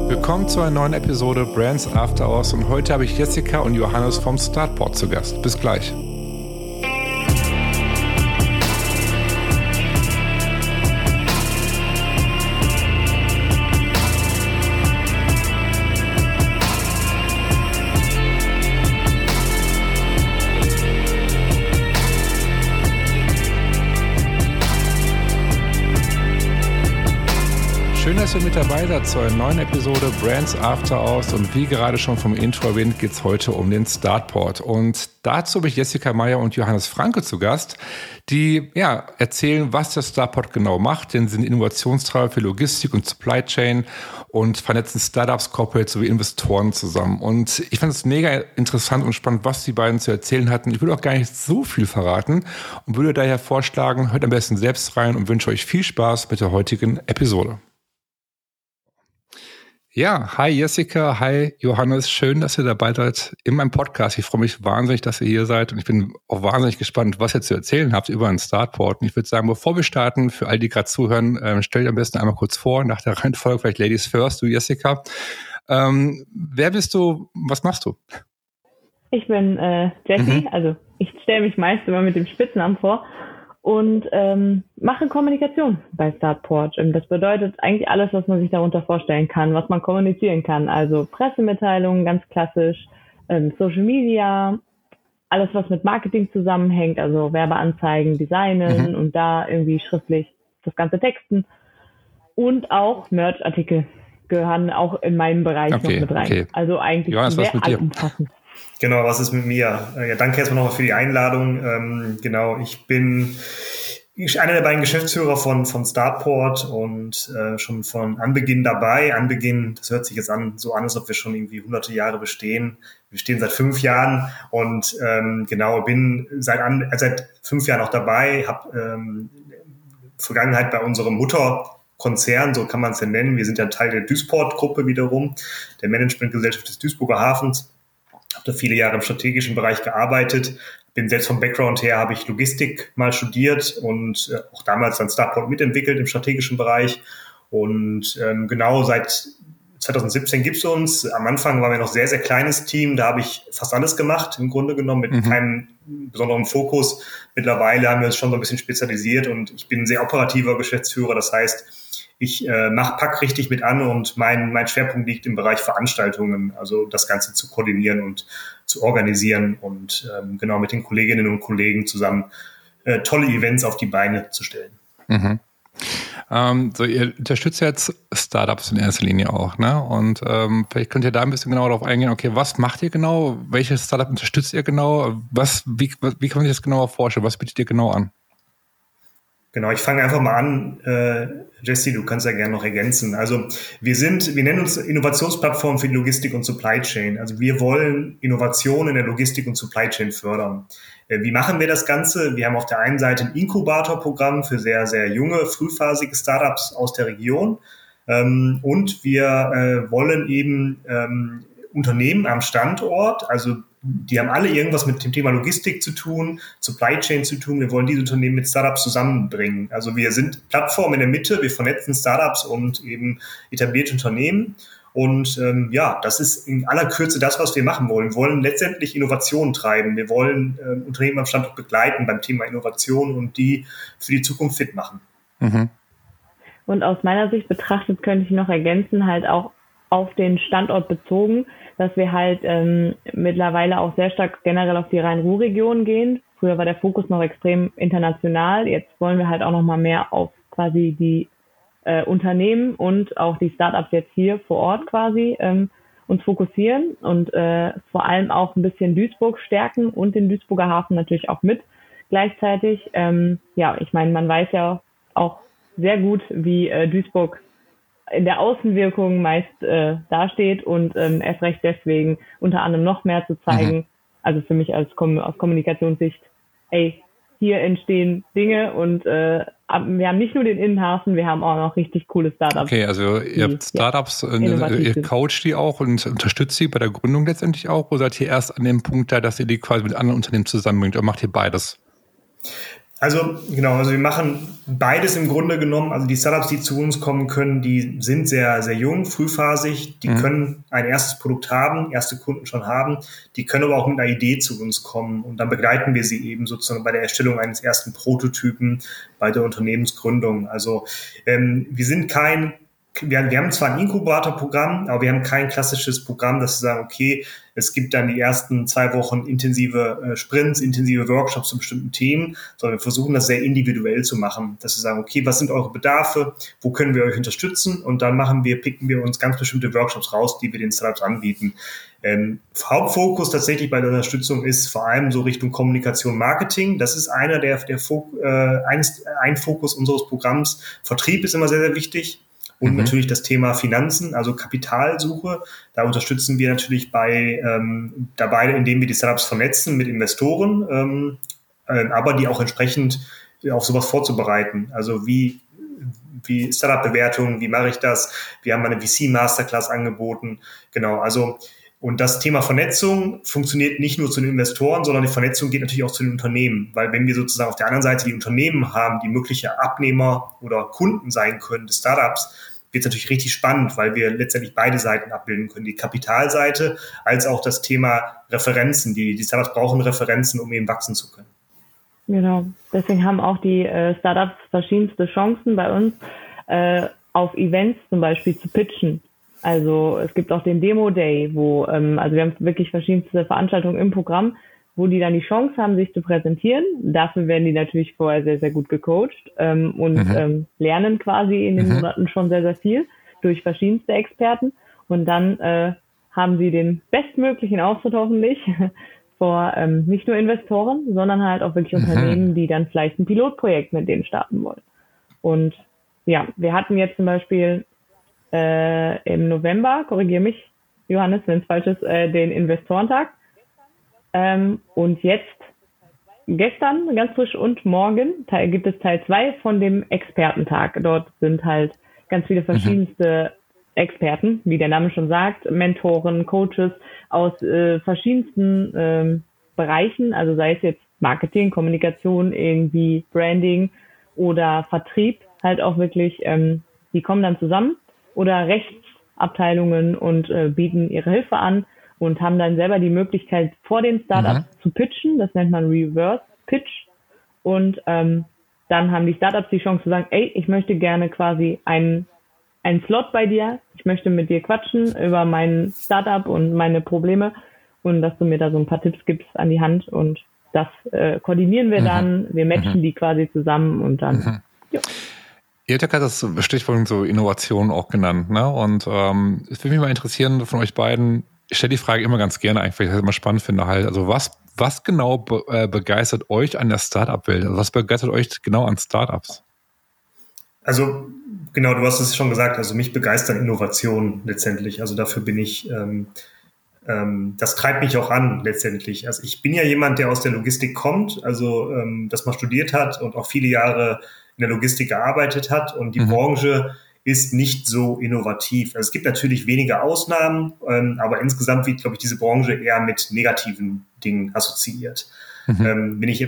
Willkommen zu einer neuen Episode Brands After Hours und heute habe ich Jessica und Johannes vom Startport zu Gast. Bis gleich. Schön, dass ihr mit dabei seid zu einer neuen Episode Brands After Hours und wie gerade schon vom Intro erwähnt, geht es heute um den Startport. Und dazu habe ich Jessica Meyer und Johannes Franke zu Gast, die erzählen, was der Startport genau macht, denn sie sind Innovationstreiber für Logistik und Supply Chain und vernetzen Startups, Corporates sowie Investoren zusammen. Und ich fand es mega interessant und spannend, was die beiden zu erzählen hatten. Ich will auch gar nicht so viel verraten und würde daher vorschlagen, hört am besten selbst rein und wünsche euch viel Spaß mit der heutigen Episode. Ja, hi Jessica, hi Johannes, schön, dass ihr dabei seid in meinem Podcast. Ich freue mich wahnsinnig, dass ihr hier seid und ich bin auch wahnsinnig gespannt, was ihr zu erzählen habt über den Startport. Und ich würde sagen, bevor wir starten, für all die gerade zuhören, stellt euch am besten einmal kurz vor, nach der Reihenfolge vielleicht Ladies first, du Jessica. Wer bist du, was machst du? Ich bin Jessie, also ich stelle mich meist immer mit dem Spitznamen vor. Und mache Kommunikation bei Startport. Das bedeutet eigentlich alles, was man sich darunter vorstellen kann, was man kommunizieren kann. Also Pressemitteilungen, ganz klassisch, Social Media, alles, was mit Marketing zusammenhängt, also Werbeanzeigen, Designen und da irgendwie schriftlich das ganze Texten. Und auch Merch-Artikel gehören auch in meinem Bereich noch mit rein. Okay. Also eigentlich Johannes, sehr allumfassend. Genau, was ist mit mir? Ja, danke erstmal nochmal für die Einladung. Ich bin einer der beiden Geschäftsführer von Startport und schon von Anbeginn dabei. Anbeginn, das hört sich jetzt so an, als ob wir schon irgendwie hunderte Jahre bestehen. Wir stehen seit 5 Jahren und bin seit 5 Jahren auch dabei, habe Vergangenheit bei unserem Mutterkonzern, so kann man es ja nennen. Wir sind ja Teil der Duisport-Gruppe wiederum, der Managementgesellschaft des Duisburger Hafens. Habe da viele Jahre im strategischen Bereich gearbeitet, bin selbst vom Background her, habe ich Logistik mal studiert und auch damals dann Startport mitentwickelt im strategischen Bereich. Und seit 2017 gibt's uns. Am Anfang waren wir noch sehr, sehr kleines Team, da habe ich fast alles gemacht, im Grunde genommen mit keinem besonderen Fokus. Mittlerweile haben wir uns schon so ein bisschen spezialisiert und ich bin ein sehr operativer Geschäftsführer, das heißt, ich pack richtig mit an und mein Schwerpunkt liegt im Bereich Veranstaltungen, also das Ganze zu koordinieren und zu organisieren und mit den Kolleginnen und Kollegen zusammen tolle Events auf die Beine zu stellen. Mhm. Ihr unterstützt jetzt Startups in erster Linie auch, ne? Und vielleicht könnt ihr da ein bisschen genauer darauf eingehen, okay, was macht ihr genau? Welches Startup unterstützt ihr genau? Wie kann man sich das genauer vorstellen? Was bietet ihr genau an? Genau, ich fange einfach mal an. Jessie, du kannst ja gerne noch ergänzen. Also wir nennen uns Innovationsplattform für die Logistik und Supply Chain. Also wir wollen Innovation in der Logistik und Supply Chain fördern. Wie machen wir das Ganze? Wir haben auf der einen Seite ein Inkubatorprogramm für sehr, sehr junge, frühphasige Startups aus der Region. Und wir wollen eben Unternehmen am Standort, also die haben alle irgendwas mit dem Thema Logistik zu tun, Supply Chain zu tun. Wir wollen diese Unternehmen mit Startups zusammenbringen. Also wir sind Plattform in der Mitte, wir vernetzen Startups und eben etablierte Unternehmen. Und das ist in aller Kürze das, was wir machen wollen. Wir wollen letztendlich Innovationen treiben. Wir wollen Unternehmen am Standort begleiten beim Thema Innovation und die für die Zukunft fit machen. Mhm. Und aus meiner Sicht betrachtet könnte ich noch ergänzen, halt auch auf den Standort bezogen, dass wir halt mittlerweile auch sehr stark generell auf die Rhein-Ruhr-Region gehen. Früher war der Fokus noch extrem international. Jetzt wollen wir halt auch noch mal mehr auf quasi die Unternehmen und auch die Startups jetzt hier vor Ort quasi uns fokussieren und vor allem auch ein bisschen Duisburg stärken und den Duisburger Hafen natürlich auch mit. Gleichzeitig, ich meine, man weiß ja auch sehr gut, wie Duisburg in der Außenwirkung meist dasteht und erst recht deswegen unter anderem noch mehr zu zeigen, also für mich aus Kommunikationssicht, hier entstehen Dinge und wir haben nicht nur den Innenhafen, wir haben auch noch richtig coole Startups. Okay, also ihr habt Startups, ihr coacht die auch und unterstützt sie bei der Gründung letztendlich auch, oder seid ihr erst an dem Punkt da, dass ihr die quasi mit anderen Unternehmen zusammenbringt, oder macht ihr beides? Also genau, also wir machen beides im Grunde genommen. Also die Startups, die zu uns kommen können, die sind sehr, sehr jung, frühphasig. Die können ein erstes Produkt haben, erste Kunden schon haben. Die können aber auch mit einer Idee zu uns kommen. Und dann begleiten wir sie eben sozusagen bei der Erstellung eines ersten Prototypen, bei der Unternehmensgründung. Also wir sind wir haben zwar ein Inkubatorprogramm, aber wir haben kein klassisches Programm, dass wir sagen, okay, es gibt dann die ersten 2 Wochen intensive Sprints, intensive Workshops zu bestimmten Themen, sondern wir versuchen das sehr individuell zu machen, dass wir sagen, okay, was sind eure Bedarfe, wo können wir euch unterstützen, und dann picken wir uns ganz bestimmte Workshops raus, die wir den Startups anbieten. Hauptfokus tatsächlich bei der Unterstützung ist vor allem so Richtung Kommunikation, Marketing. Das ist ein Fokus unseres Programms. Vertrieb ist immer sehr, sehr wichtig. Und natürlich das Thema Finanzen, also Kapitalsuche. Da unterstützen wir natürlich dabei, indem wir die Startups vernetzen mit Investoren, aber die auch entsprechend auf sowas vorzubereiten. Also wie Startup-Bewertung, wie mache ich das? Wir haben eine VC-Masterclass angeboten. Genau, also und das Thema Vernetzung funktioniert nicht nur zu den Investoren, sondern die Vernetzung geht natürlich auch zu den Unternehmen. Weil wenn wir sozusagen auf der anderen Seite die Unternehmen haben, die mögliche Abnehmer oder Kunden sein können des Startups, wird es natürlich richtig spannend, weil wir letztendlich beide Seiten abbilden können. Die Kapitalseite als auch das Thema Referenzen. Die Startups brauchen Referenzen, um eben wachsen zu können. Genau. Deswegen haben auch die Startups verschiedenste Chancen bei uns, auf Events zum Beispiel zu pitchen. Also es gibt auch den Demo Day, wo also wir haben wirklich verschiedenste Veranstaltungen im Programm, wo die dann die Chance haben, sich zu präsentieren. Dafür werden die natürlich vorher sehr, sehr gut gecoacht und lernen quasi in den Monaten schon sehr, sehr viel durch verschiedenste Experten. Und dann haben sie den bestmöglichen Auftritt hoffentlich vor nicht nur Investoren, sondern halt auch wirklich Unternehmen, die dann vielleicht ein Pilotprojekt mit denen starten wollen. Und ja, wir hatten jetzt zum Beispiel im November, korrigiere mich, Johannes, wenn es falsch ist, den Investorentag. Und jetzt, gestern, ganz frisch und morgen, gibt es Teil 2 von dem Expertentag. Dort sind halt ganz viele verschiedenste Experten, wie der Name schon sagt, Mentoren, Coaches aus verschiedensten Bereichen, also sei es jetzt Marketing, Kommunikation, irgendwie Branding oder Vertrieb, halt auch wirklich, die kommen dann zusammen, oder Rechtsabteilungen und bieten ihre Hilfe an und haben dann selber die Möglichkeit, vor den Startups zu pitchen. Das nennt man Reverse Pitch. Und dann haben die Startups die Chance zu sagen, ey, ich möchte gerne quasi einen Slot bei dir. Ich möchte mit dir quatschen über mein Startup und meine Probleme und dass du mir da so ein paar Tipps gibst an die Hand. Und das koordinieren wir dann. Wir matchen die quasi zusammen und dann... Ja. Ihr habt ja gerade das Stichwort so Innovation auch genannt, ne? Und es würde mich mal interessieren von euch beiden. Ich stelle die Frage immer ganz gerne eigentlich, weil ich das immer spannend finde halt. Also was genau begeistert euch an der Startup-Welt? Also was begeistert euch genau an Startups? Also genau, du hast es schon gesagt. Also mich begeistern Innovationen letztendlich. Also dafür bin ich das treibt mich auch an letztendlich. Also ich bin ja jemand, der aus der Logistik kommt, also das mal studiert hat und auch viele Jahre in der Logistik gearbeitet hat, und die Branche ist nicht so innovativ. Also es gibt natürlich wenige Ausnahmen, aber insgesamt wird, glaube ich, diese Branche eher mit negativen Dingen assoziiert. Wenn ich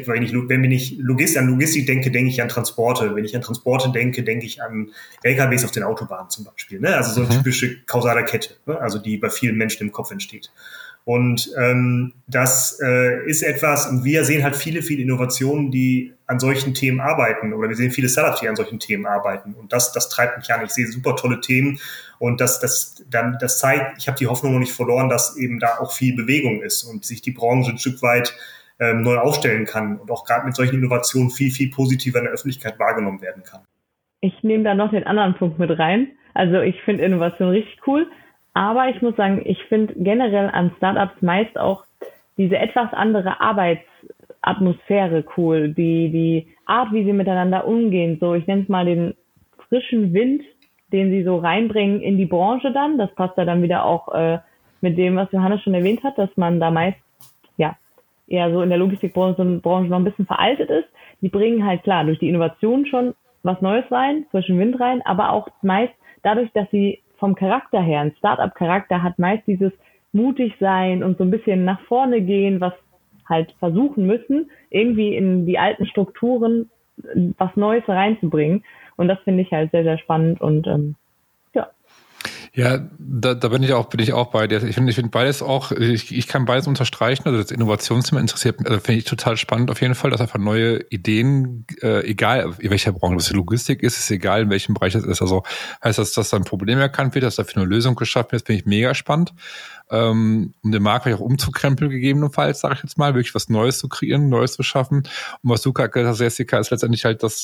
an Logistik denke, denke ich an Transporte. Wenn ich an Transporte denke, denke ich an LKWs auf den Autobahnen zum Beispiel. Ne? Also so eine typische kausale Kette, ne? Also die bei vielen Menschen im Kopf entsteht. Und das ist etwas, und wir sehen halt viele Innovationen, die an solchen Themen arbeiten, oder wir sehen viele Startups, die an solchen Themen arbeiten, und das treibt mich an. Ich sehe super tolle Themen, und das zeigt, ich habe die Hoffnung noch nicht verloren, dass eben da auch viel Bewegung ist und sich die Branche ein Stück weit neu aufstellen kann und auch gerade mit solchen Innovationen viel positiver in der Öffentlichkeit wahrgenommen werden kann. Ich nehme da noch den anderen Punkt mit rein. Also ich finde Innovation richtig cool, aber ich muss sagen, ich finde generell an Startups meist auch diese etwas andere Arbeitsatmosphäre cool, die Art, wie sie miteinander umgehen, so ich nenne es mal den frischen Wind, den sie so reinbringen in die Branche dann. Das passt ja dann wieder auch mit dem, was Johannes schon erwähnt hat, dass man da meist eher so in der Logistikbranche noch ein bisschen veraltet ist. Die bringen halt klar durch die Innovation schon was Neues rein, frischen Wind rein, aber auch meist dadurch, dass sie vom Charakter her, ein Startup-Charakter hat meist dieses mutig sein und so ein bisschen nach vorne gehen, was halt versuchen müssen, irgendwie in die alten Strukturen was Neues reinzubringen. Und das finde ich halt sehr, sehr spannend und Ja, da bin ich auch bei dir. Ich finde beides auch, ich kann beides unterstreichen. Also das Innovationsthema interessiert, finde ich total spannend auf jeden Fall, dass einfach neue Ideen, egal in welcher Branche, ob es Logistik ist egal in welchem Bereich das ist. Also heißt das, dass da ein Problem erkannt wird, dass dafür eine Lösung geschaffen wird, finde ich mega spannend. Um den Markt vielleicht auch umzukrempeln gegebenenfalls, sage ich jetzt mal, wirklich was Neues zu kreieren, Neues zu schaffen. Und was du gerade gesagt hast, Jessica, ist letztendlich halt das,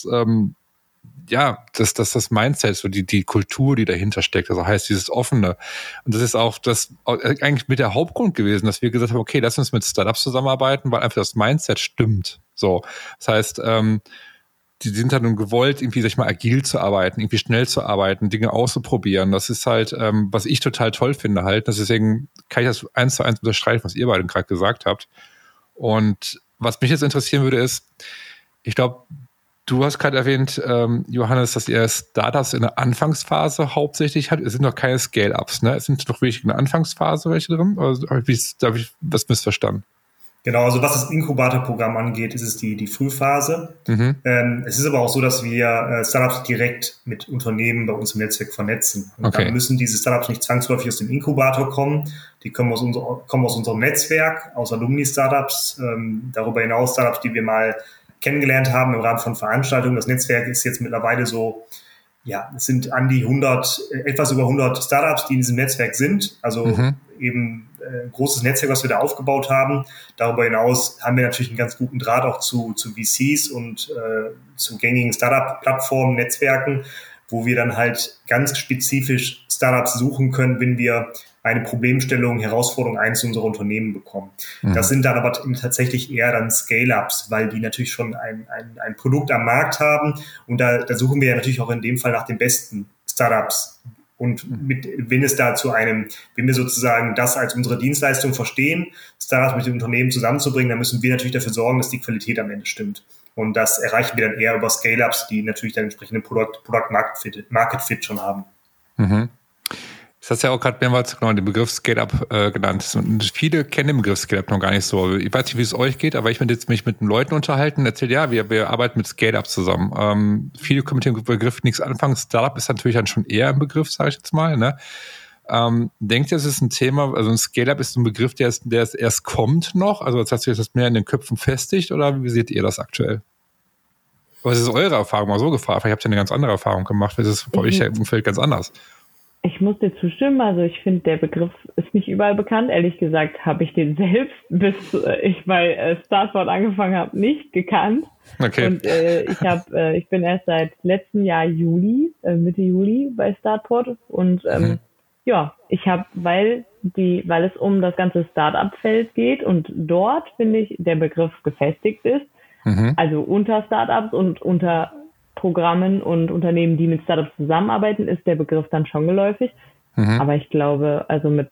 das Mindset, so die Kultur, die dahinter steckt, also heißt dieses Offene. Und das ist auch das eigentlich mit der Hauptgrund gewesen, dass wir gesagt haben, okay, lass uns mit Startups zusammenarbeiten, weil einfach das Mindset stimmt. So, das heißt, die sind halt nun gewollt, irgendwie, sag ich mal, agil zu arbeiten, irgendwie schnell zu arbeiten, Dinge auszuprobieren. Das ist halt, was ich total toll finde halt. Deswegen kann ich das 1:1 unterstreichen, was ihr beiden gerade gesagt habt. Und was mich jetzt interessieren würde, ist, ich glaube, du hast gerade erwähnt, Johannes, dass ihr Startups in der Anfangsphase hauptsächlich habt. Es sind noch keine Scale-Ups, ne? Es sind doch wirklich in der Anfangsphase welche drin? Oder habe ich was missverstanden? Genau, also was das Inkubatorprogramm angeht, ist es die Frühphase. Es ist aber auch so, dass wir Startups direkt mit Unternehmen bei uns im Netzwerk vernetzen. Und dann müssen diese Startups nicht zwangsläufig aus dem Inkubator kommen. Die kommen aus unserem Netzwerk, aus Alumni-Startups, darüber hinaus Startups, die wir mal kennengelernt haben im Rahmen von Veranstaltungen. Das Netzwerk ist jetzt mittlerweile so, ja, es sind an die 100, etwas über 100 Startups, die in diesem Netzwerk sind. Also eben ein großes Netzwerk, was wir da aufgebaut haben. Darüber hinaus haben wir natürlich einen ganz guten Draht auch zu VCs und zu gängigen Startup-Plattformen, Netzwerken, wo wir dann halt ganz spezifisch Startups suchen können, wenn wir eine Problemstellung, Herausforderung eines unserer Unternehmen bekommen. Das sind dann aber tatsächlich eher dann Scale-Ups, weil die natürlich schon ein Produkt am Markt haben. Und da suchen wir ja natürlich auch in dem Fall nach den besten Startups. Und wenn wir sozusagen das als unsere Dienstleistung verstehen, Startups mit den Unternehmen zusammenzubringen, dann müssen wir natürlich dafür sorgen, dass die Qualität am Ende stimmt. Und das erreichen wir dann eher über Scale-Ups, die natürlich dann entsprechende Product-Market-Fit schon haben. Das hast ja auch gerade mehrmals den Begriff Scale-Up genannt. Und viele kennen den Begriff Scale-Up noch gar nicht so. Ich weiß nicht, wie es euch geht, aber ich bin jetzt mich mit den Leuten unterhalten und erzähle, ja, wir arbeiten mit Scale-Up zusammen. Viele können mit dem Begriff nichts anfangen. Startup ist natürlich dann schon eher ein Begriff, sage ich jetzt mal. Ne? Denkt ihr, es ist ein Thema, also ein Scale-Up ist ein Begriff, der erst kommt noch? Also das heißt, ihr das mehr in den Köpfen festigt oder wie seht ihr das aktuell? Was ist eure Erfahrung? Mal so gefragt. Vielleicht habt ihr eine ganz andere Erfahrung gemacht. Das ist bei euch ja im Umfeld ganz anders. Ich muss dir zustimmen, also ich finde, der Begriff ist nicht überall bekannt. Ehrlich gesagt habe ich den selbst, bis ich bei Startport angefangen habe, nicht gekannt. Okay. Und ich bin erst seit letztem Jahr Mitte Juli bei Startport. Und ich habe, weil es um das ganze Startup-Feld geht und dort, finde ich, der Begriff gefestigt ist. Also unter Startups und unter Programmen und Unternehmen, die mit Startups zusammenarbeiten, ist der Begriff dann schon geläufig. Aber ich glaube, also mit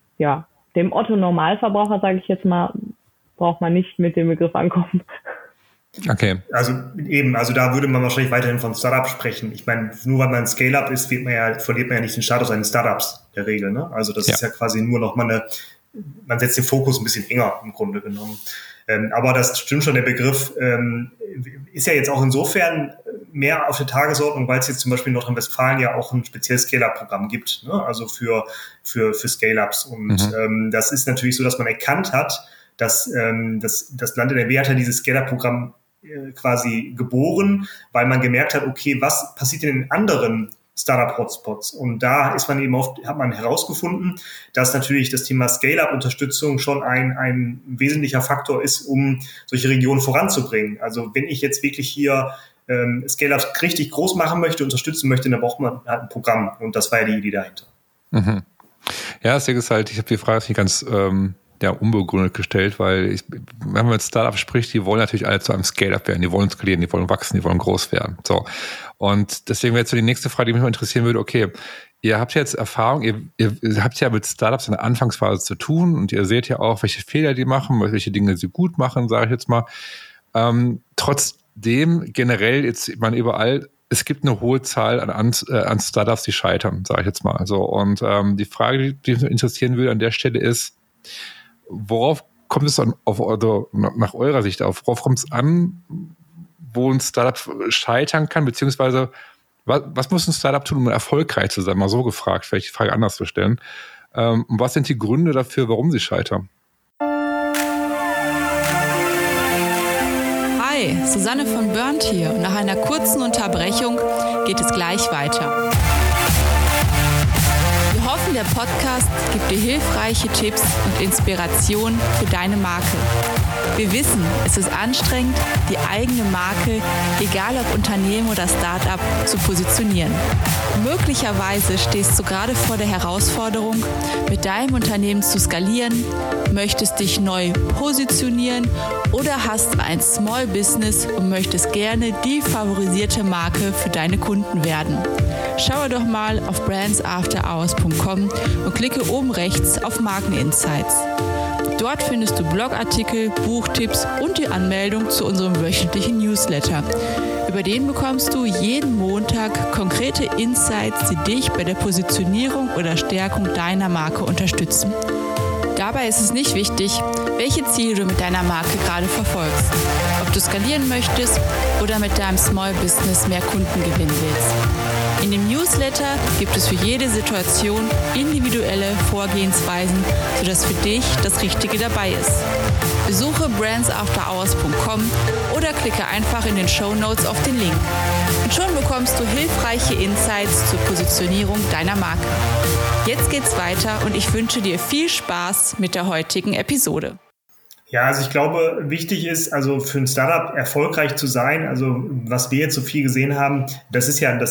dem Otto-Normalverbraucher, sage ich jetzt mal, braucht man nicht mit dem Begriff ankommen. Okay. Also da würde man wahrscheinlich weiterhin von Startup sprechen. Ich meine, nur weil man ein Scale-Up ist, verliert man ja nicht den Status eines Startups der Regel. Ne? Also das ist ja quasi nur noch mal man setzt den Fokus ein bisschen enger im Grunde genommen. Aber das stimmt schon, der Begriff ist ja jetzt auch insofern mehr auf der Tagesordnung, weil es jetzt zum Beispiel in Nordrhein-Westfalen ja auch ein spezielles Scale-Up-Programm gibt, ne? Also für Scale-Ups. Und das ist natürlich so, dass man erkannt hat, dass das Land NRW hat ja dieses Scale-Up-Programm quasi geboren, weil man gemerkt hat, okay, was passiert denn in anderen Startup-Hotspots? Und da hat man herausgefunden, dass natürlich das Thema Scale-Up-Unterstützung schon ein wesentlicher Faktor ist, um solche Regionen voranzubringen. Also wenn ich jetzt wirklich hier Scale-Ups richtig groß machen möchte, unterstützen möchte, dann braucht man halt ein Programm. Und das war ja die Idee dahinter. Ja, das Ding ist halt, ich habe die Frage nicht ganz unbegründet gestellt, weil wenn man mit Startups spricht, die wollen natürlich alle zu einem Scale-Up werden, die wollen skalieren, die wollen wachsen, die wollen groß werden. So. Und deswegen wäre jetzt so die nächste Frage, die mich mal interessieren würde, okay, ihr habt jetzt Erfahrung, ihr habt ja mit Startups in der Anfangsphase zu tun und ihr seht ja auch, welche Fehler die machen, welche Dinge sie gut machen, sage ich jetzt mal. Trotzdem generell jetzt, überall, es gibt eine hohe Zahl an Startups, die scheitern, sage ich jetzt mal. So. Und die Frage, die mich interessieren würde an der Stelle ist, worauf kommt es dann nach eurer Sicht auf? Worauf kommt es an, wo ein Startup scheitern kann, beziehungsweise was muss ein Startup tun, um erfolgreich zu sein? Mal so gefragt, vielleicht die Frage anders zu stellen. Und was sind die Gründe dafür, warum sie scheitern? Hi, Susanne von Burnt hier und nach einer kurzen Unterbrechung geht es gleich weiter. Wir hoffen, der Podcast gibt dir hilfreiche Tipps und Inspiration für deine Marke. Wir wissen, es ist anstrengend, die eigene Marke, egal ob Unternehmen oder Start-up, zu positionieren. Möglicherweise stehst du gerade vor der Herausforderung, mit deinem Unternehmen zu skalieren, möchtest dich neu positionieren oder hast ein Small Business und möchtest gerne die favorisierte Marke für deine Kunden werden. Schaue doch mal auf brandsafterhours.com und klicke oben rechts auf Markeninsights. Dort findest du Blogartikel, Buchtipps und die Anmeldung zu unserem wöchentlichen Newsletter. Über den bekommst du jeden Montag konkrete Insights, die dich bei der Positionierung oder Stärkung deiner Marke unterstützen. Dabei ist es nicht wichtig, welche Ziele du mit deiner Marke gerade verfolgst. Ob du skalieren möchtest oder mit deinem Small Business mehr Kunden gewinnen willst. In dem Newsletter gibt es für jede Situation individuelle Vorgehensweisen, sodass für dich das Richtige dabei ist. Besuche brandsafterhours.com oder klicke einfach in den Shownotes auf den Link. Und schon bekommst du hilfreiche Insights zur Positionierung deiner Marke. Jetzt geht's weiter und ich wünsche dir viel Spaß mit der heutigen Episode. Ja, also ich glaube, wichtig ist, also für ein Startup erfolgreich zu sein, also was wir jetzt so viel gesehen haben, das ist ja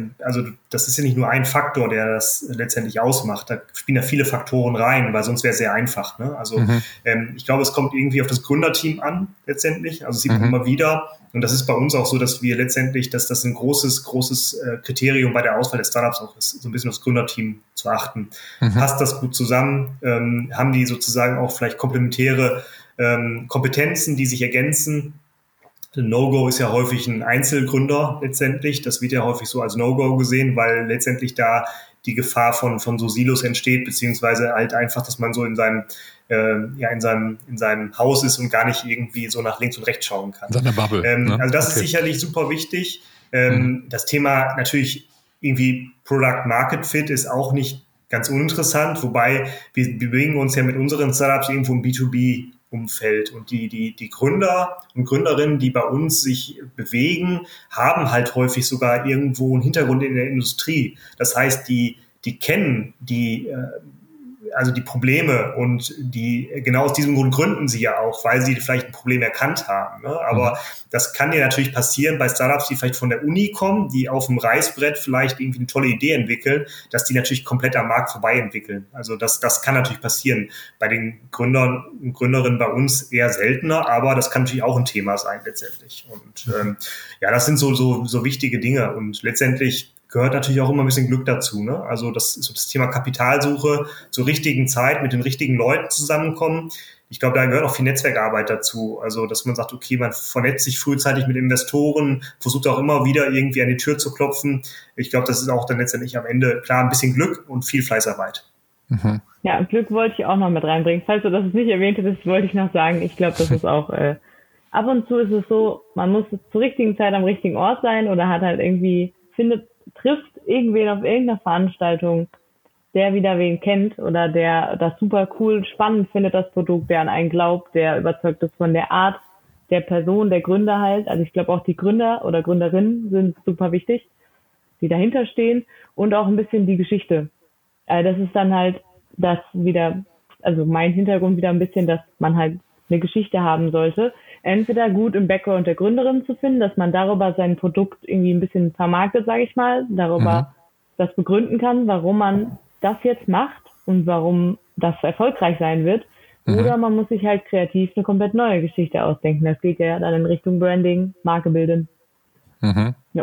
nicht nur ein Faktor, der das letztendlich ausmacht. Da spielen ja viele Faktoren rein, weil sonst wäre es sehr einfach, ne? Also ich glaube, es kommt irgendwie auf das Gründerteam an, letztendlich. Also sieht man immer wieder. Und das ist bei uns auch so, dass wir letztendlich, dass das ein großes Kriterium bei der Auswahl des Startups auch ist, so ein bisschen aufs Gründerteam zu achten. Passt das gut zusammen? Haben die sozusagen auch vielleicht komplementäre Kompetenzen, die sich ergänzen? No-Go ist ja häufig ein Einzelgründer letztendlich. Das wird ja häufig so als No-Go gesehen, weil letztendlich da die Gefahr von so Silos entsteht, beziehungsweise halt einfach, dass man so in seinem Haus ist und gar nicht irgendwie so nach links und rechts schauen kann. Seine Bubble. Also das ist sicherlich super wichtig. Das Thema natürlich irgendwie Product Market Fit ist auch nicht ganz uninteressant, wobei wir bewegen uns ja mit unseren Startups irgendwo im B2B-Umfeld und die Gründer und Gründerinnen, die bei uns sich bewegen, haben halt häufig sogar irgendwo einen Hintergrund in der Industrie. Das heißt, die kennen die Probleme und genau aus diesem Grund gründen sie ja auch, weil sie vielleicht ein Problem erkannt haben. Ne? Aber das kann dir natürlich passieren bei Startups, die vielleicht von der Uni kommen, die auf dem Reißbrett vielleicht irgendwie eine tolle Idee entwickeln, dass die natürlich komplett am Markt vorbei entwickeln. Also das kann natürlich passieren. Bei den Gründern und Gründerinnen bei uns eher seltener, aber das kann natürlich auch ein Thema sein letztendlich. Und das sind so wichtige Dinge. Und letztendlich gehört natürlich auch immer ein bisschen Glück dazu, ne? Also das ist so das Thema Kapitalsuche, zur richtigen Zeit mit den richtigen Leuten zusammenkommen. Ich glaube, da gehört auch viel Netzwerkarbeit dazu. Also, dass man sagt, okay, man vernetzt sich frühzeitig mit Investoren, versucht auch immer wieder irgendwie an die Tür zu klopfen. Ich glaube, das ist auch dann letztendlich am Ende, klar, ein bisschen Glück und viel Fleißarbeit. Ja, Glück wollte ich auch noch mit reinbringen. Falls du das nicht erwähnt hättest, wollte ich noch sagen, ich glaube, das ist auch, ab und zu ist es so, man muss zur richtigen Zeit am richtigen Ort sein oder hat halt irgendwie, trifft irgendwen auf irgendeiner Veranstaltung, der wieder wen kennt oder der das super cool, spannend findet, das Produkt, der an einen glaubt, der überzeugt ist von der Art der Person, der Gründer halt. Also ich glaube auch die Gründer oder Gründerinnen sind super wichtig, die dahinter stehen und auch ein bisschen die Geschichte. Das ist dann halt das wieder, also mein Hintergrund wieder ein bisschen, dass man halt eine Geschichte haben sollte. Entweder gut im Background der Gründerin zu finden, dass man darüber sein Produkt irgendwie ein bisschen vermarktet, sage ich mal, darüber das begründen kann, warum man das jetzt macht und warum das erfolgreich sein wird. Oder man muss sich halt kreativ eine komplett neue Geschichte ausdenken. Das geht ja dann in Richtung Branding, Marke bilden. Ja.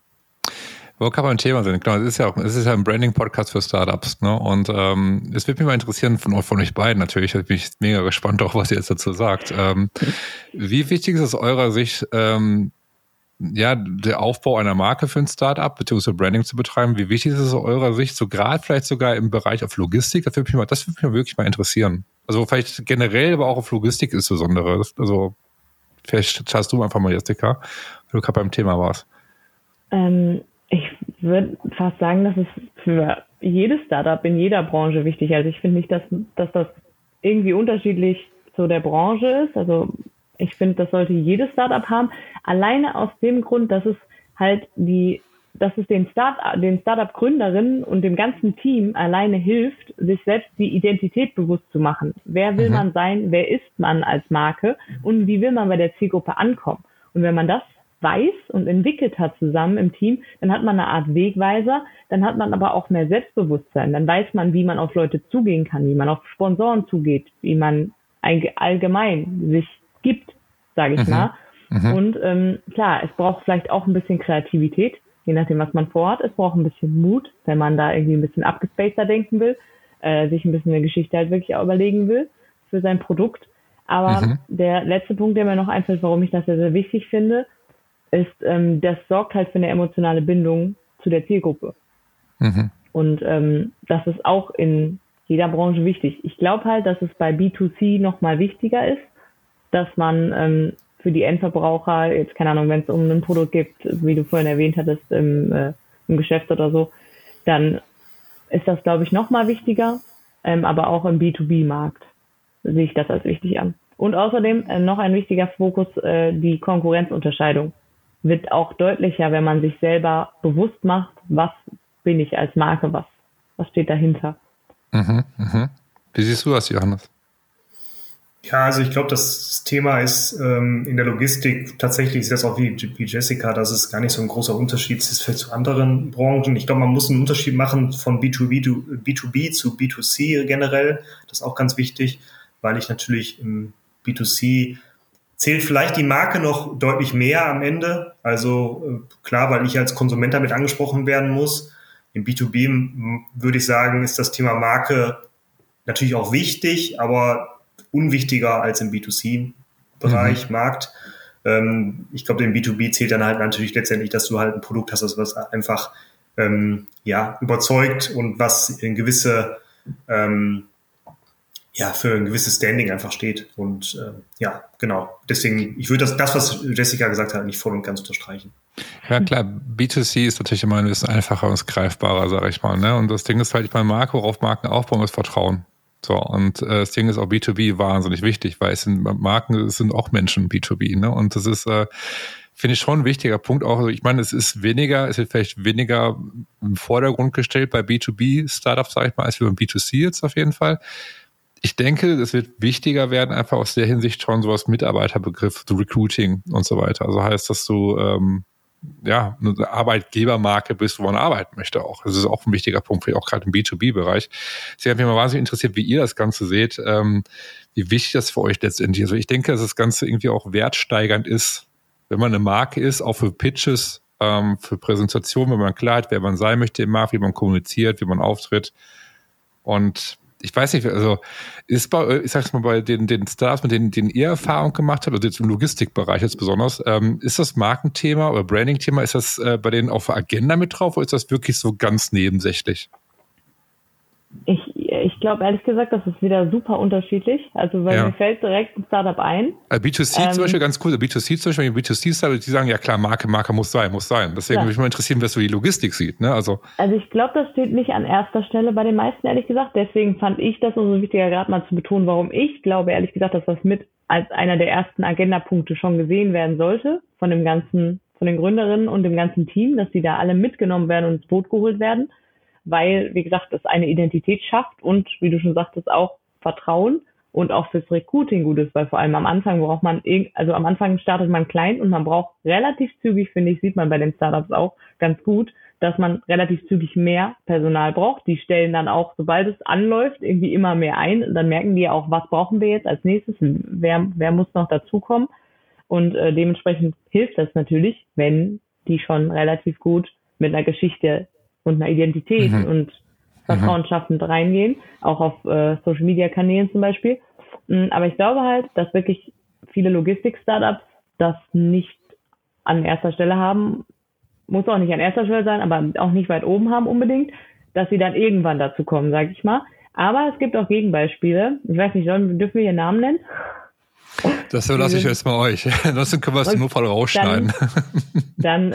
Wo kann man ein Thema sein? Genau, es ist ja ein Branding-Podcast für Startups, ne? Und es wird mich mal interessieren von euch beiden natürlich. Ich bin mega gespannt auch, was ihr jetzt dazu sagt. Wie wichtig ist aus eurer Sicht der Aufbau einer Marke für ein Startup, beziehungsweise Branding zu betreiben. Wie wichtig ist es aus eurer Sicht, so gerade vielleicht sogar im Bereich auf Logistik? Das würde mich mal wirklich mal interessieren. Also vielleicht generell, aber auch auf Logistik insbesondere. Also vielleicht schaust du einfach mal, Jessica, weil du gerade beim Thema warst. Ich würde fast sagen, dass es für jedes Startup in jeder Branche wichtig ist. Also ich finde nicht, dass das irgendwie unterschiedlich zu der Branche ist. Also ich finde, das sollte jedes Startup haben. Alleine aus dem Grund, dass es halt den Startup-Gründerinnen und dem ganzen Team alleine hilft, sich selbst die Identität bewusst zu machen. Wer will man sein? Wer ist man als Marke? Und wie will man bei der Zielgruppe ankommen? Und wenn man das weiß und entwickelt hat zusammen im Team, dann hat man eine Art Wegweiser, dann hat man aber auch mehr Selbstbewusstsein, dann weiß man, wie man auf Leute zugehen kann, wie man auf Sponsoren zugeht, wie man allgemein sich gibt, sage ich mal. Und klar, es braucht vielleicht auch ein bisschen Kreativität, je nachdem, was man vorhat. Es braucht ein bisschen Mut, wenn man da irgendwie ein bisschen abgespaceter denken will, sich ein bisschen eine Geschichte halt wirklich auch überlegen will für sein Produkt. Aber der letzte Punkt, der mir noch einfällt, warum ich das sehr, sehr wichtig finde, ist, das sorgt halt für eine emotionale Bindung zu der Zielgruppe. Und das ist auch in jeder Branche wichtig. Ich glaube halt, dass es bei B2C nochmal wichtiger ist, dass man für die Endverbraucher, jetzt keine Ahnung, wenn es um ein Produkt geht, wie du vorhin erwähnt hattest, im Geschäft oder so, dann ist das, glaube ich, nochmal wichtiger. Aber auch im B2B-Markt sehe ich das als wichtig an. Und außerdem noch ein wichtiger Fokus, die Konkurrenzunterscheidung. Wird auch deutlicher, wenn man sich selber bewusst macht, was bin ich als Marke, was steht dahinter. Wie siehst du das, Johannes? Ja, also ich glaube, das Thema ist in der Logistik tatsächlich ist das auch wie Jessica, dass es gar nicht so ein großer Unterschied ist zu anderen Branchen. Ich glaube, man muss einen Unterschied machen von B2B zu B2C generell. Das ist auch ganz wichtig, weil ich natürlich im B2C zählt vielleicht die Marke noch deutlich mehr am Ende. Also klar, weil ich als Konsument damit angesprochen werden muss. Im B2B würde ich sagen, ist das Thema Marke natürlich auch wichtig, aber unwichtiger als im B2C-Bereich, Markt. Ich glaube, im B2B zählt dann halt natürlich letztendlich, dass du halt ein Produkt hast, was einfach überzeugt und was in gewisse für ein gewisses Standing einfach steht. Und genau. Deswegen, ich würde das, was Jessica gesagt hat, nicht voll und ganz unterstreichen. Ja klar, B2C ist natürlich immer ein bisschen einfacher und greifbarer, sage ich mal. Ne? Und das Ding ist halt bei Marke, worauf Marken aufbauen, ist Vertrauen. So, und das Ding ist auch B2B wahnsinnig wichtig, weil Marken sind auch Menschen B2B. Ne? Und das ist, finde ich, schon ein wichtiger Punkt auch. Also ich meine, es wird vielleicht weniger im Vordergrund gestellt bei B2B-Startups, sage ich mal, als beim B2C jetzt auf jeden Fall. Ich denke, es wird wichtiger werden, einfach aus der Hinsicht schon sowas Mitarbeiterbegriff, so Recruiting und so weiter. Also heißt, dass du eine Arbeitgebermarke bist, wo man arbeiten möchte auch. Das ist auch ein wichtiger Punkt, auch gerade im B2B-Bereich. Deswegen hat mich mal wahnsinnig interessiert, wie ihr das Ganze seht, wie wichtig das für euch letztendlich ist. Also ich denke, dass das Ganze irgendwie auch wertsteigernd ist, wenn man eine Marke ist, auch für Pitches, für Präsentationen, wenn man klar hat, wer man sein möchte im Markt, wie man kommuniziert, wie man auftritt. Und ich weiß nicht, also ist ich sag's mal, bei den Stars, mit denen ihr Erfahrung gemacht habt, also jetzt im Logistikbereich jetzt besonders, ist das Markenthema oder Branding-Thema, ist das bei denen auf der Agenda mit drauf oder ist das wirklich so ganz nebensächlich? Ich glaube, ehrlich gesagt, das ist wieder super unterschiedlich. Also, weil mir fällt direkt ein Startup ein. B2C zum Beispiel, ganz cool. B2C zum Beispiel, B2C-Startup, die sagen, ja klar, Marke muss sein. Deswegen würde mich mal interessieren, was so die Logistik sieht. Ne? Also ich glaube, das steht nicht an erster Stelle bei den meisten, ehrlich gesagt. Deswegen fand ich das umso wichtiger, gerade mal zu betonen, warum ich glaube, ehrlich gesagt, dass das mit als einer der ersten Agendapunkte schon gesehen werden sollte von den Gründerinnen und dem ganzen Team, dass die da alle mitgenommen werden und ins Boot geholt werden. Weil, wie gesagt, das eine Identität schafft und, wie du schon sagtest, auch Vertrauen und auch fürs Recruiting gut ist, weil vor allem am Anfang am Anfang startet man klein und man braucht relativ zügig, finde ich, sieht man bei den Startups auch ganz gut, dass man relativ zügig mehr Personal braucht. Die stellen dann auch, sobald es anläuft, irgendwie immer mehr ein. Dann merken die auch, was brauchen wir jetzt als nächstes, wer muss noch dazukommen. Und dementsprechend hilft das natürlich, wenn die schon relativ gut mit einer Geschichte und einer Identität und vertrauensschaffend reingehen, auch auf Social-Media-Kanälen zum Beispiel. Aber ich glaube halt, dass wirklich viele Logistik-Startups das nicht an erster Stelle haben, muss auch nicht an erster Stelle sein, aber auch nicht weit oben haben unbedingt, dass sie dann irgendwann dazu kommen, sage ich mal. Aber es gibt auch Gegenbeispiele. Ich weiß nicht, dürfen wir hier Namen nennen? Das überlasse ich jetzt mal euch. Ansonsten können wir es im Notfall rausschneiden. Dann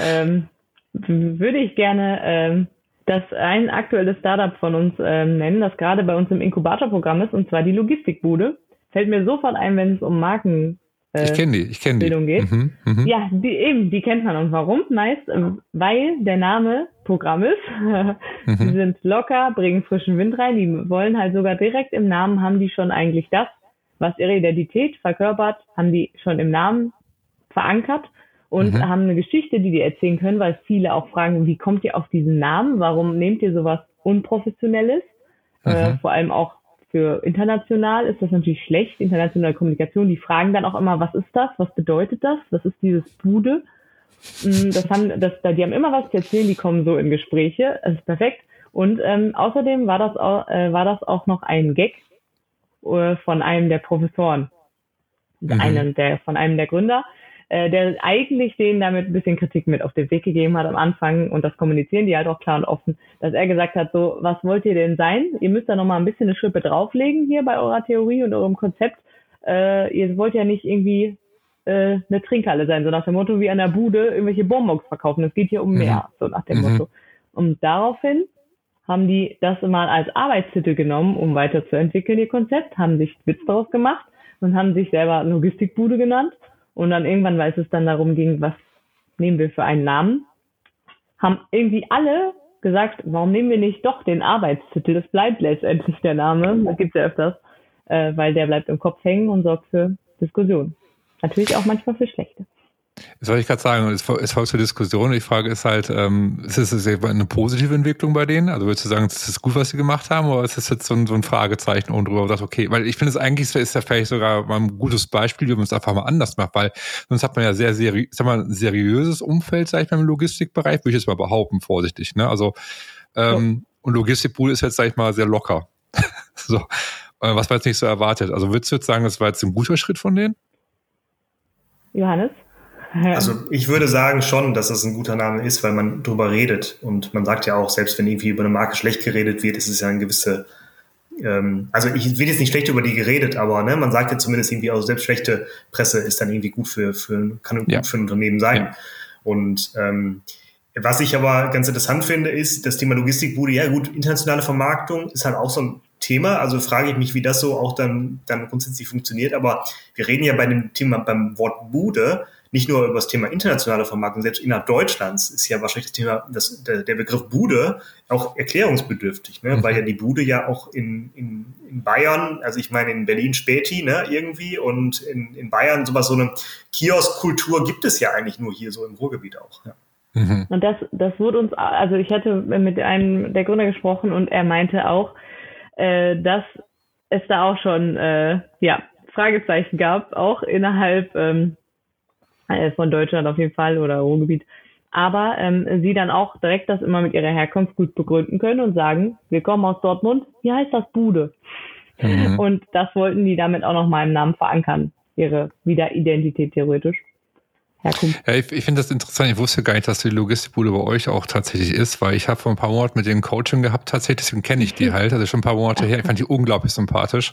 würde ich gerne ein aktuelles Startup von uns nennen, das gerade bei uns im Inkubatorprogramm ist, und zwar die Logistikbude. Fällt mir sofort ein, wenn es um Marken ich kenne die. Bildung geht. Ja, die kennt man. Und warum? Meist, weil der Name Programm ist. Die sind locker, bringen frischen Wind rein. Die wollen halt sogar direkt im Namen, haben die schon eigentlich das, was ihre Identität verkörpert, haben die schon im Namen verankert und haben eine Geschichte, die erzählen können, weil viele auch fragen, wie kommt ihr auf diesen Namen? Warum nehmt ihr sowas Unprofessionelles? Vor allem auch für international ist das natürlich schlecht, internationale Kommunikation. Die fragen dann auch immer, was ist das? Was bedeutet das? Was ist dieses Bude? Die haben immer was zu erzählen, die kommen so in Gespräche. Das ist perfekt. Und außerdem war das auch noch ein Gag von einem der Professoren, von einem der Gründer, der eigentlich denen damit ein bisschen Kritik mit auf den Weg gegeben hat am Anfang, und das kommunizieren die halt auch klar und offen, dass er gesagt hat, so, was wollt ihr denn sein? Ihr müsst da nochmal ein bisschen eine Schippe drauflegen hier bei eurer Theorie und eurem Konzept. Ihr wollt ja nicht irgendwie eine Trinkhalle sein, so nach dem Motto, wie an der Bude irgendwelche Bonbons verkaufen. Es geht hier um mehr, so nach dem Motto. Und daraufhin haben die das mal als Arbeitstitel genommen, um weiterzuentwickeln, ihr Konzept, haben sich Witz daraus gemacht und haben sich selber Logistikbude genannt. Und dann irgendwann, weil es dann darum ging, was nehmen wir für einen Namen, haben irgendwie alle gesagt, warum nehmen wir nicht doch den Arbeitstitel? Das bleibt letztendlich der Name, das gibt's ja öfters, weil der bleibt im Kopf hängen und sorgt für Diskussionen. Natürlich auch manchmal für schlechte. Das wollte ich gerade sagen, es folgt zur Diskussion. Die Frage ist halt, ist es eine positive Entwicklung bei denen? Also würdest du sagen, es ist gut, was sie gemacht haben, oder ist das jetzt so ein Fragezeichen oben drüber, wo du sagst, okay, weil ich finde es eigentlich, ist ja vielleicht sogar mal ein gutes Beispiel, wie man es einfach mal anders macht, weil sonst hat man ja ein seriöses Umfeld, sag ich mal, im Logistikbereich, würde ich jetzt mal behaupten, vorsichtig, ne? Also, und Logistikbude ist jetzt, sag ich mal, sehr locker. So, was man jetzt nicht so erwartet. Also würdest du jetzt sagen, das war jetzt ein guter Schritt von denen? Johannes? Also ich würde sagen schon, dass es ein guter Name ist, weil man drüber redet. Und man sagt ja auch, selbst wenn irgendwie über eine Marke schlecht geredet wird, ist es ja eine gewisse, also ich will jetzt nicht schlecht über die geredet, aber ne, man sagt ja zumindest irgendwie auch, selbst schlechte Presse ist dann irgendwie gut kann gut für ein Unternehmen sein. Ja. Und was ich aber ganz interessant finde, ist das Thema Logistikbude. Ja gut, internationale Vermarktung ist halt auch so ein Thema. Also frage ich mich, wie das so auch dann grundsätzlich funktioniert. Aber wir reden ja bei dem Thema, beim Wort Bude, nicht nur über das Thema internationale Vermarktung, selbst innerhalb Deutschlands ist ja wahrscheinlich das Thema, der Begriff Bude auch erklärungsbedürftig, ne? Weil ja die Bude ja auch in Bayern, also ich meine in Berlin Späti, ne, irgendwie, und in Bayern so eine Kioskkultur gibt es ja eigentlich nur hier so im Ruhrgebiet auch. Ja. Und das wurde uns, also ich hatte mit einem der Gründer gesprochen und er meinte auch, dass es da auch schon Fragezeichen gab, auch innerhalb von Deutschland auf jeden Fall oder Ruhrgebiet. Aber sie dann auch direkt das immer mit ihrer Herkunft gut begründen können und sagen, wir kommen aus Dortmund, wie heißt das Bude? Und das wollten die damit auch nochmal im Namen verankern, ihre Wiederidentität theoretisch. Herkunft. Ja, ich finde das interessant. Ich wusste gar nicht, dass die Logistikbude bei euch auch tatsächlich ist, weil ich habe vor ein paar Monaten mit denen Coaching gehabt, tatsächlich, deswegen kenne ich die halt, also schon ein paar Monate her. Ich fand die unglaublich sympathisch.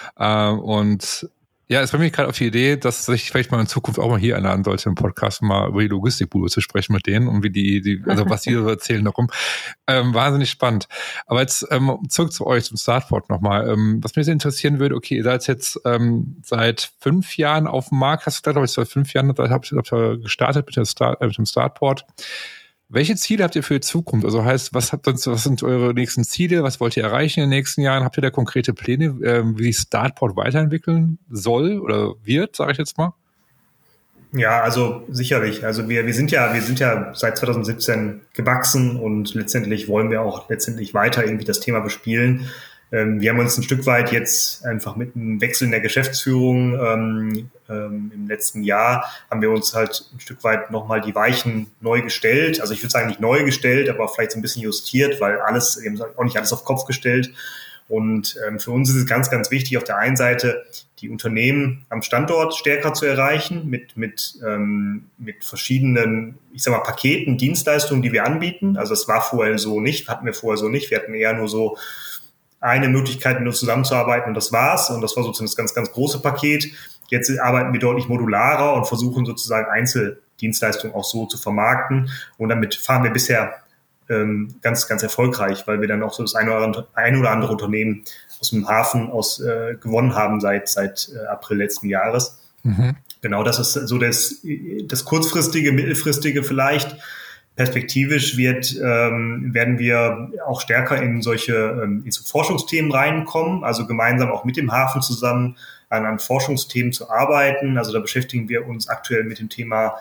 Und ja, es bringt mich gerade auf die Idee, dass ich vielleicht mal in Zukunft auch mal hier einladen sollte, im Podcast mal über die Logistikbude zu sprechen mit denen und wie also was die so erzählen darum. Wahnsinnig spannend. Aber jetzt zurück zu euch, zum Startport nochmal. Was mich sehr interessieren würde, okay, ihr seid jetzt seit 5 Jahren auf dem Markt, hast du da, glaube ich, seit 5 Jahren habt ihr gestartet mit dem Startport. Welche Ziele habt ihr für die Zukunft? Also heißt, was sind eure nächsten Ziele? Was wollt ihr erreichen in den nächsten Jahren? Habt ihr da konkrete Pläne, wie sich Startport weiterentwickeln soll oder wird, sage ich jetzt mal? Ja, also sicherlich. Also wir sind ja seit 2017 gewachsen und letztendlich wollen wir auch weiter irgendwie das Thema bespielen. Wir haben uns ein Stück weit jetzt einfach mit einem Wechsel in der Geschäftsführung im letzten Jahr haben wir uns halt ein Stück weit nochmal die Weichen neu gestellt. Also ich würde sagen nicht neu gestellt, aber vielleicht so ein bisschen justiert, weil wir haben auch nicht alles auf Kopf gestellt. Und für uns ist es ganz, ganz wichtig, auf der einen Seite die Unternehmen am Standort stärker zu erreichen mit verschiedenen, ich sag mal, Paketen, Dienstleistungen, die wir anbieten. Also das war vorher so nicht, hatten wir vorher so nicht. Wir hatten eher nur so eine Möglichkeit, mit uns zusammenzuarbeiten, und das war's. Und das war sozusagen das ganz, ganz große Paket. Jetzt arbeiten wir deutlich modularer und versuchen sozusagen Einzeldienstleistungen auch so zu vermarkten. Und damit fahren wir bisher ganz, ganz erfolgreich, weil wir dann auch so das ein oder andere Unternehmen aus dem Hafen gewonnen haben seit April letzten Jahres. Mhm. Genau, das ist so das kurzfristige, mittelfristige vielleicht. Perspektivisch werden wir auch stärker in so Forschungsthemen reinkommen, also gemeinsam auch mit dem Hafen zusammen an Forschungsthemen zu arbeiten. Also da beschäftigen wir uns aktuell mit dem Thema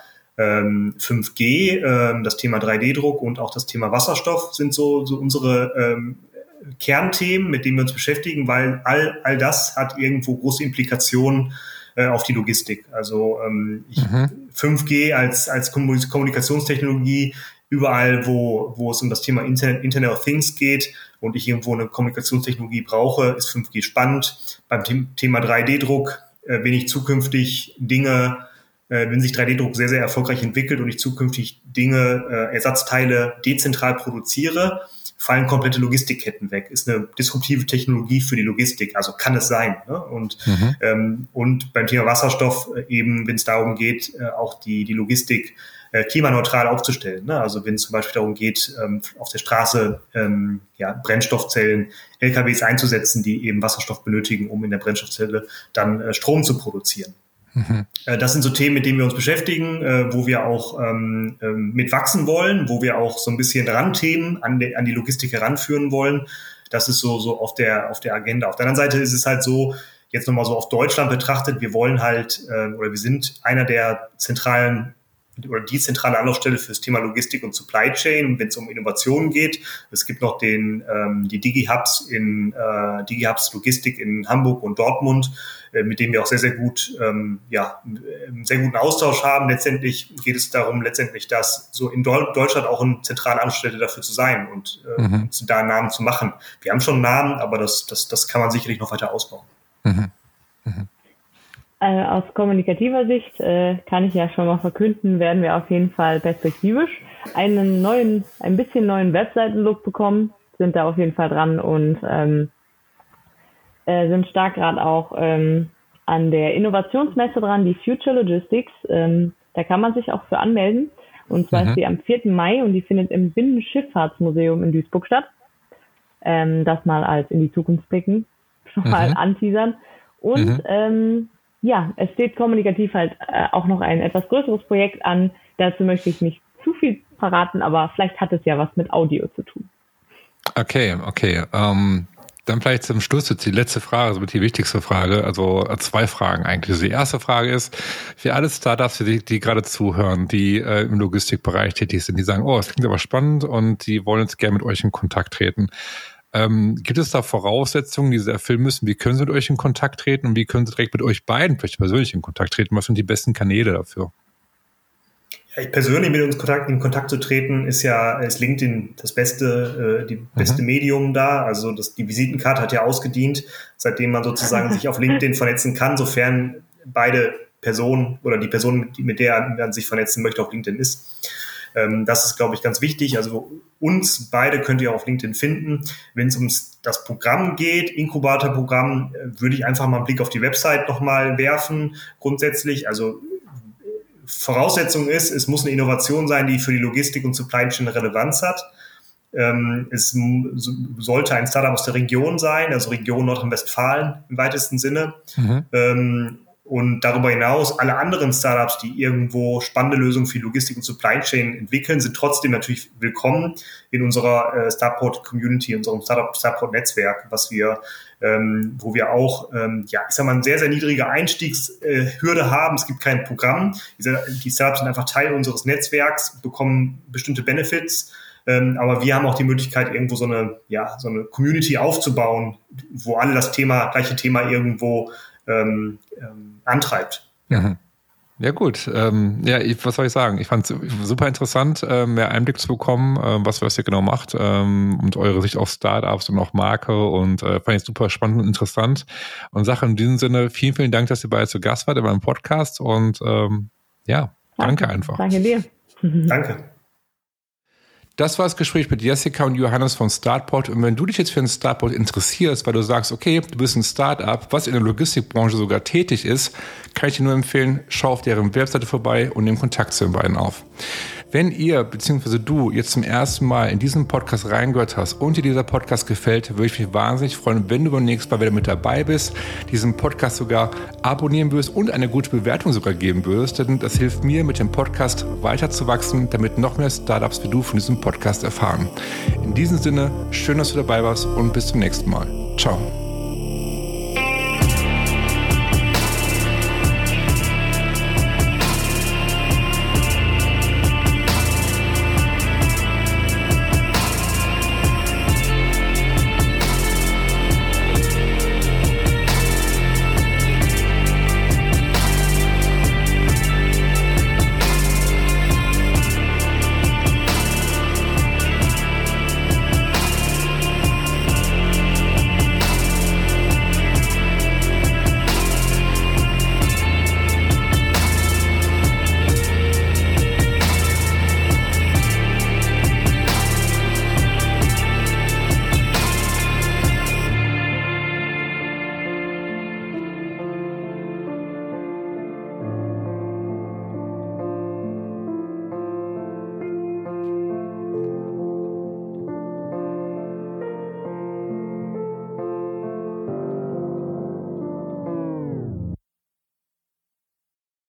5G, das Thema 3D-Druck und auch das Thema Wasserstoff sind so unsere Kernthemen, mit denen wir uns beschäftigen, weil all das hat irgendwo große Implikationen auf die Logistik. Also 5G als Kommunikationstechnologie, überall, wo es um das Thema Internet of Things geht und ich irgendwo eine Kommunikationstechnologie brauche, ist 5G spannend. Beim Thema 3D-Druck, wenn ich zukünftig wenn sich 3D-Druck sehr, sehr erfolgreich entwickelt und ich zukünftig Ersatzteile dezentral produziere, fallen komplette Logistikketten weg. Ist eine disruptive Technologie für die Logistik, also kann es sein. Ne? Und beim Thema Wasserstoff eben, wenn es darum geht, auch die Logistik klimaneutral aufzustellen. Ne? Also wenn es zum Beispiel darum geht, auf der Straße Brennstoffzellen, LKWs einzusetzen, die eben Wasserstoff benötigen, um in der Brennstoffzelle dann Strom zu produzieren. Das sind so Themen, mit denen wir uns beschäftigen, wo wir auch mit wachsen wollen, wo wir auch so ein bisschen Randthemen an die Logistik heranführen wollen. Das ist so auf der Agenda. Auf der anderen Seite ist es halt so, jetzt nochmal so auf Deutschland betrachtet, wir wollen halt, oder wir sind einer der die zentrale Anlaufstelle für das Thema Logistik und Supply Chain, wenn es um Innovationen geht. Es gibt noch die DigiHubs DigiHubs Logistik in Hamburg und Dortmund, mit denen wir auch sehr, sehr gut, einen sehr guten Austausch haben. Letztendlich geht es darum, das so in Deutschland auch eine zentrale Anlaufstelle dafür zu sein und da einen Namen zu machen. Wir haben schon einen Namen, aber das kann man sicherlich noch weiter ausbauen. Aus kommunikativer Sicht kann ich ja schon mal verkünden, werden wir auf jeden Fall perspektivisch ein bisschen neuen Webseitenlook bekommen, sind da auf jeden Fall dran und sind stark gerade auch an der Innovationsmesse dran, die Future Logistics. Da kann man sich auch für anmelden. Und zwar ist die am 4. Mai und die findet im Binnenschifffahrtsmuseum in Duisburg statt. Das mal als in die Zukunft blicken, schon mal anteasern. Und es steht kommunikativ halt auch noch ein etwas größeres Projekt an. Dazu möchte ich nicht zu viel verraten, aber vielleicht hat es ja was mit Audio zu tun. Okay. Dann vielleicht zum Schluss jetzt die letzte Frage, also die wichtigste Frage, also 2 Fragen eigentlich. Also die erste Frage ist, für alle Startups, die gerade zuhören, die im Logistikbereich tätig sind, die sagen, oh, das klingt aber spannend und die wollen jetzt gerne mit euch in Kontakt treten. Gibt es da Voraussetzungen, die sie erfüllen müssen? Wie können sie mit euch in Kontakt treten und wie können sie direkt mit euch beiden vielleicht persönlich in Kontakt treten? Was sind die besten Kanäle dafür? Ja, persönlich mit uns in Kontakt zu treten, ist LinkedIn die beste Medium da. Also die Visitenkarte hat ja ausgedient, seitdem man sozusagen sich auf LinkedIn vernetzen kann, sofern beide Personen oder die Person, mit der man sich vernetzen möchte, auf LinkedIn ist. Das ist, glaube ich, ganz wichtig. Also uns beide könnt ihr auf LinkedIn finden. Wenn es um das Programm geht, Inkubator-Programm, würde ich einfach mal einen Blick auf die Website nochmal werfen. Grundsätzlich, also Voraussetzung ist, es muss eine Innovation sein, die für die Logistik und Supply Chain Relevanz hat. Es sollte ein Startup aus der Region sein, also Region Nordrhein-Westfalen im weitesten Sinne. Und darüber hinaus, alle anderen Startups, die irgendwo spannende Lösungen für Logistik und Supply Chain entwickeln, sind trotzdem natürlich willkommen in unserer Startport-Community, in unserem Startport-Netzwerk, wo wir auch, ich sag mal, eine sehr, sehr niedrige Einstiegshürde haben. Es gibt kein Programm. Die Startups sind einfach Teil unseres Netzwerks, bekommen bestimmte Benefits. Aber wir haben auch die Möglichkeit, irgendwo so eine Community aufzubauen, wo alle das gleiche Thema irgendwo antreibt. Ja gut, was soll ich sagen? Ich fand es super interessant, mehr Einblick zu bekommen, was ihr genau macht und eure Sicht auf Startups und auch Marke und fand ich super spannend und interessant. Und Sache in diesem Sinne, vielen, vielen Dank, dass ihr beide zu Gast wart in meinem Podcast und danke einfach. Danke dir. Danke. Das war das Gespräch mit Jessica und Johannes von Startport. Und wenn du dich jetzt für ein Startport interessierst, weil du sagst, okay, du bist ein Startup, was in der Logistikbranche sogar tätig ist, kann ich dir nur empfehlen, schau auf deren Webseite vorbei und nimm Kontakt zu den beiden auf. Wenn ihr bzw. du jetzt zum ersten Mal in diesen Podcast reingehört hast und dir dieser Podcast gefällt, würde ich mich wahnsinnig freuen, wenn du beim nächsten Mal wieder mit dabei bist, diesen Podcast sogar abonnieren würdest und eine gute Bewertung sogar geben würdest, denn das hilft mir, mit dem Podcast weiterzuwachsen, damit noch mehr Startups wie du von diesem Podcast erfahren. In diesem Sinne, schön, dass du dabei warst und bis zum nächsten Mal. Ciao.